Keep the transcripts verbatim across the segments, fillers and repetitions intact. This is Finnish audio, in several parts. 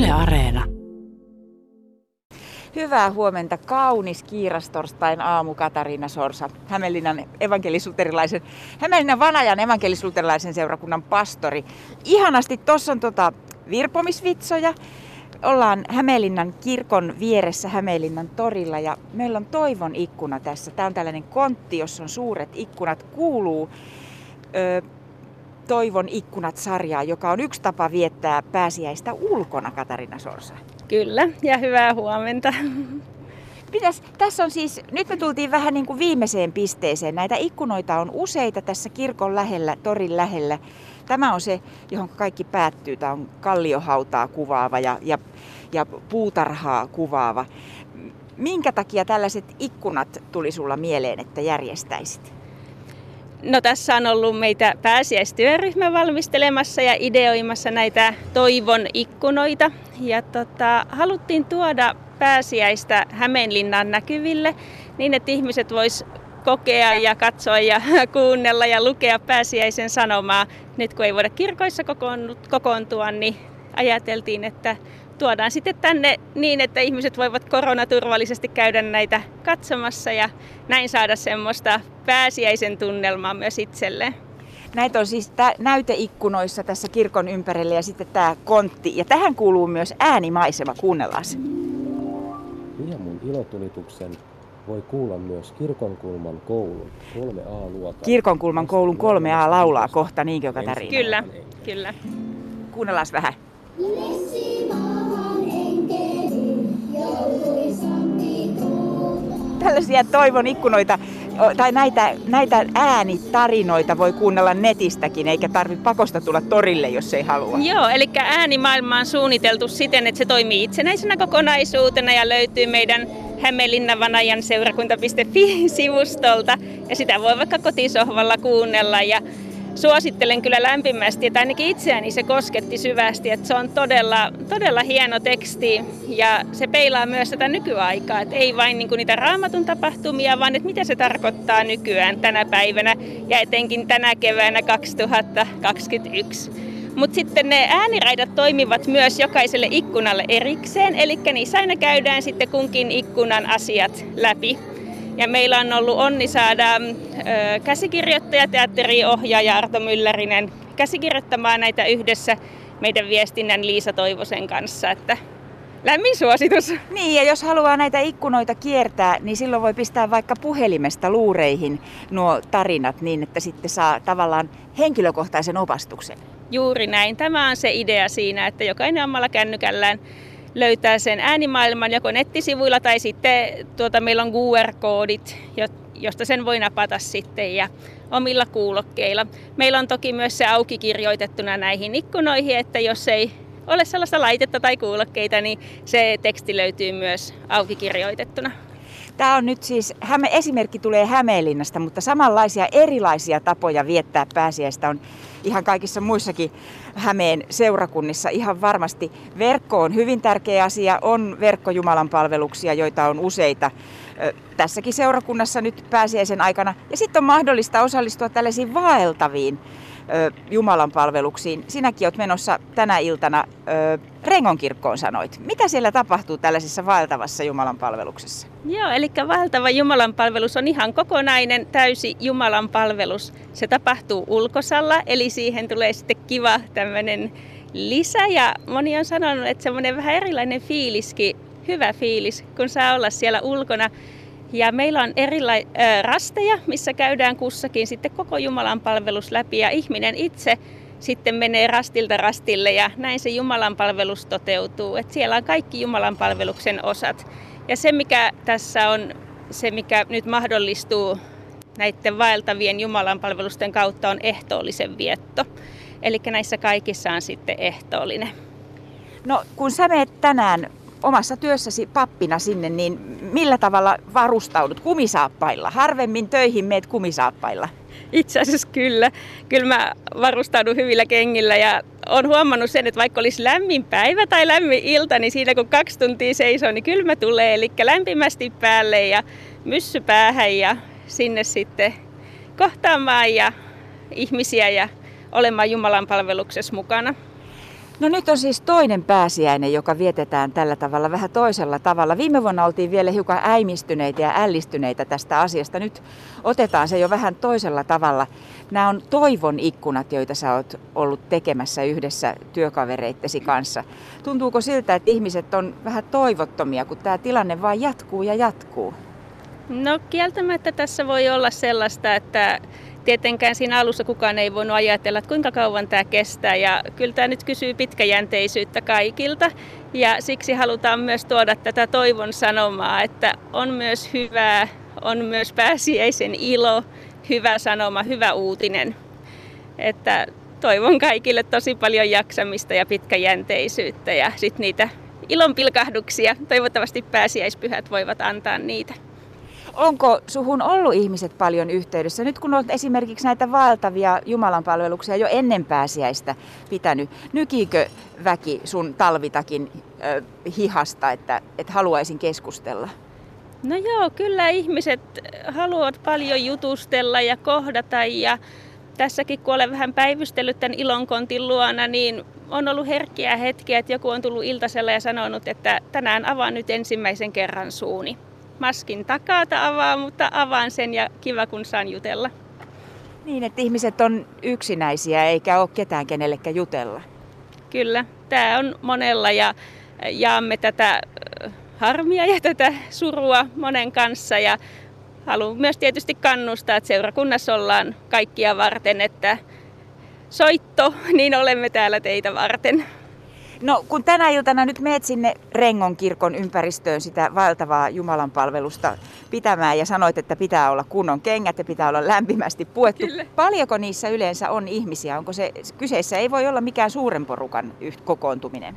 Yle Areena. Hyvää huomenta, kaunis kiirastorstain aamu, Katariina Sorsa, Hämeenlinnan evankelis-luterilaisen, Hämeenlinnan Vanajan evankelis-luterilaisen seurakunnan pastori. Ihanasti, tuossa on tota virpomisvitsoja. Ollaan Hämeenlinnan kirkon vieressä Hämeenlinnan torilla ja meillä on Toivon ikkuna tässä. Tämä on tällainen kontti, jossa on suuret ikkunat, kuuluu ö, Toivon ikkunat-sarjaa, joka on yksi tapa viettää pääsiäistä ulkona, Katariina Sorsa. Kyllä, ja hyvää huomenta. Mitäs, tässä on siis, nyt me tultiin vähän niin kuin viimeiseen pisteeseen. Näitä ikkunoita on useita tässä kirkon lähellä, torin lähellä. Tämä on se, johon kaikki päättyy. Tämä on kalliohautaa kuvaava ja, ja, ja puutarhaa kuvaava. Minkä takia tällaiset ikkunat tuli sulla mieleen, että järjestäisit? No tässä on ollut meitä pääsiäistyöryhmä valmistelemassa ja ideoimassa näitä Toivon ikkunoita. Ja tota, haluttiin tuoda pääsiäistä Hämeenlinnan näkyville niin, että ihmiset vois kokea ja katsoa ja kuunnella ja lukea pääsiäisen sanomaa. Nyt kun ei voida kirkoissa kokoontua, niin ajateltiin, että tuodaan sitten tänne niin, että ihmiset voivat koronaturvallisesti käydä näitä katsomassa ja näin saada semmoista pääsiäisen tunnelmaa myös itselleen. Näitä on siis tä- näyteikkunoissa tässä kirkon ympärillä ja sitten tämä kontti. Ja tähän kuuluu myös äänimaisema. Kuunnellaan se. Riemun ilotulituksen voi kuulla myös Kirkonkulman koulun kolme A-luokan. Kirkonkulman koulun kolme A laulaa kohta, niinkö Katariina? Kyllä, kyllä. Kuunnellaan vähän. Tällaisia Toivon ikkunoita, tai näitä, näitä äänitarinoita voi kuunnella netistäkin, eikä tarvitse pakosta tulla torille, jos ei halua. Joo, eli äänimaailma on suunniteltu siten, että se toimii itsenäisenä kokonaisuutena ja löytyy meidän Hämeenlinnan Vanajan seurakunta piste fi-sivustolta. Ja sitä voi vaikka kotisohvalla kuunnella. Ja suosittelen kyllä lämpimästi, että ainakin itseäni se kosketti syvästi, että se on todella, todella hieno teksti ja se peilaa myös tätä nykyaikaa, että ei vain niin kuin niitä raamatun tapahtumia, vaan että mitä se tarkoittaa nykyään tänä päivänä ja etenkin tänä keväänä kaksituhattakaksikymmentäyksi. Mutta sitten ne ääniraidat toimivat myös jokaiselle ikkunalle erikseen, eli niissä aina käydään sitten kunkin ikkunan asiat läpi. Ja meillä on ollut onni saada ö, käsikirjoittaja, teatteriohjaaja Arto Myllärinen käsikirjoittamaan näitä yhdessä meidän viestinnän Liisa Toivosen kanssa. Että lämmin suositus. Niin, ja jos haluaa näitä ikkunoita kiertää, niin silloin voi pistää vaikka puhelimesta luureihin nuo tarinat niin, että sitten saa tavallaan henkilökohtaisen opastuksen. Juuri näin. Tämä on se idea siinä, että jokainen omalla kännykällään löytää sen äänimaailman joko nettisivuilla tai sitten tuota, meillä on Q R-koodit, josta sen voi napata sitten ja omilla kuulokkeilla. Meillä on toki myös se auki kirjoitettuna näihin ikkunoihin, että jos ei ole sellaista laitetta tai kuulokkeita, niin se teksti löytyy myös auki kirjoitettuna. Tämä on nyt siis, esimerkki tulee Hämeenlinnasta, mutta samanlaisia erilaisia tapoja viettää pääsiäistä on ihan kaikissa muissakin Hämeen seurakunnissa. Ihan varmasti verkko on hyvin tärkeä asia, on verkkojumalanpalveluksia, joita on useita tässäkin seurakunnassa nyt pääsiäisen aikana. Ja sitten on mahdollista osallistua tällaisiin vaeltaviin Jumalan palveluksiin. Sinäkin olet menossa tänä iltana ö, Rengonkirkkoon, sanoit. Mitä siellä tapahtuu tällaisessa vaeltavassa Jumalan palveluksessa? Joo, eli vaeltava Jumalan palvelus on ihan kokonainen, täysi Jumalan palvelus. Se tapahtuu ulkosalla, eli siihen tulee sitten kiva tämmöinen lisä. Ja moni on sanonut, että semmoinen vähän erilainen fiiliski, hyvä fiilis, kun saa olla siellä ulkona. Ja meillä on erilaisia rasteja, missä käydään kussakin sitten koko Jumalan palvelus läpi ja ihminen itse sitten menee rastilta rastille ja näin se Jumalan palvelus toteutuu. Et siellä on kaikki Jumalan palveluksen osat. Ja se mikä tässä on, se mikä nyt mahdollistuu näiden vaeltavien Jumalan palvelusten kautta on ehtoollisen vietto. Eli näissä kaikissa on sitten ehtoollinen. No kun sä meet tänään omassa työssäsi pappina sinne, niin millä tavalla varustaudut? Kumisaappailla? Harvemmin töihin meet kumisaappailla. Itse asiassa kyllä. Kyllä mä varustaudun hyvillä kengillä ja olen huomannut sen, että vaikka olisi lämmin päivä tai lämmin ilta, niin siinä kun kaksi tuntia seisoo, niin kylmä tulee. Eli lämpimästi päälle ja myssy päähän ja sinne sitten kohtaamaan ja ihmisiä ja olemaan Jumalan palveluksessa mukana. No nyt on siis toinen pääsiäinen, joka vietetään tällä tavalla vähän toisella tavalla. Viime vuonna oltiin vielä hiukan äimistyneitä ja ällistyneitä tästä asiasta. Nyt otetaan se jo vähän toisella tavalla. Nämä on toivon ikkunat, joita sä oot ollut tekemässä yhdessä työkavereittesi kanssa. Tuntuuko siltä, että ihmiset on vähän toivottomia, kun tämä tilanne vaan jatkuu ja jatkuu? No kieltämättä tässä voi olla sellaista, että tietenkään siinä alussa kukaan ei voinut ajatella, että kuinka kauan tämä kestää. Ja kyllä tämä nyt kysyy pitkäjänteisyyttä kaikilta. Ja siksi halutaan myös tuoda tätä toivon sanomaa, että on myös hyvää, on myös pääsiäisen ilo, hyvä sanoma, hyvä uutinen. Että toivon kaikille tosi paljon jaksamista ja pitkäjänteisyyttä ja sitten niitä ilonpilkahduksia. Toivottavasti pääsiäispyhät voivat antaa niitä. Onko suhun ollut ihmiset paljon yhteydessä? Nyt kun olet esimerkiksi näitä vaeltavia jumalanpalveluksia jo ennen pääsiäistä pitänyt, nykiikö väki sun talvitakin äh, hihasta, että, että haluaisin keskustella? No joo, kyllä ihmiset haluavat paljon jutustella ja kohdata ja tässäkin kun olen vähän päivystellyt tämän Ilonkontin luona, niin on ollut herkkiä hetkiä, että joku on tullut iltasella ja sanonut, että tänään avaan nyt ensimmäisen kerran suuni. Maskin takaa avaa, mutta avaan sen ja kiva kun saan jutella. Niin, että ihmiset on yksinäisiä eikä ole ketään kenellekään jutella. Kyllä, tämä on monella ja jaamme tätä harmia ja tätä surua monen kanssa ja haluan myös tietysti kannustaa, että seurakunnassa ollaan kaikkia varten, että soitto, niin olemme täällä teitä varten. No kun tänä iltana nyt meet sinne Rengon kirkon ympäristöön sitä vaeltavaa jumalanpalvelusta pitämään ja sanoit, että pitää olla kunnon kengät ja pitää olla lämpimästi puettu. Kyllä. Paljonko niissä yleensä on ihmisiä? Onko se kyseessä? Ei voi olla mikään suuren porukan kokoontuminen.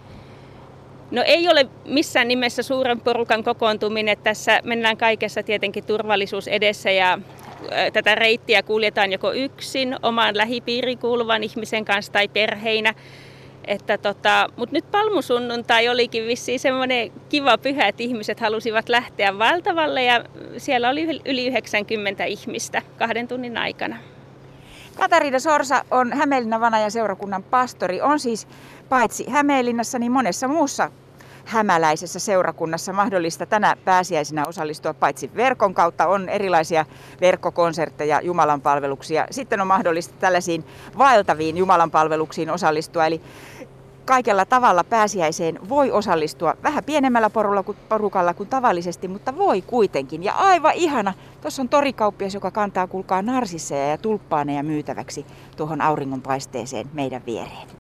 No ei ole missään nimessä suuren porukan kokoontuminen. Tässä mennään kaikessa tietenkin turvallisuus edessä ja tätä reittiä kuljetaan joko yksin, omaan lähipiiriin kuuluvan ihmisen kanssa tai perheinä. Että tota, mutta nyt palmusunnuntai olikin vissiin semmoinen kiva pyhä, että ihmiset halusivat lähteä vaeltavalle ja siellä oli yli yhdeksänkymmentä ihmistä kahden tunnin aikana. Katariina Sorsa on Hämeenlinnan Vanajan seurakunnan pastori. On siis paitsi Hämeenlinnassa, niin monessa muussa hämäläisessä seurakunnassa mahdollista tänä pääsiäisenä osallistua paitsi verkon kautta, on erilaisia verkkokonsertteja, jumalanpalveluksia. Sitten on mahdollista tällaisiin vaeltaviin jumalanpalveluksiin osallistua, eli kaikella tavalla pääsiäiseen voi osallistua vähän pienemmällä porukalla kuin tavallisesti, mutta voi kuitenkin. Ja aivan ihana, tuossa on torikauppias, joka kantaa kuulkaa narsisseja ja tulppaaneja myytäväksi tuohon auringonpaisteeseen meidän viereen.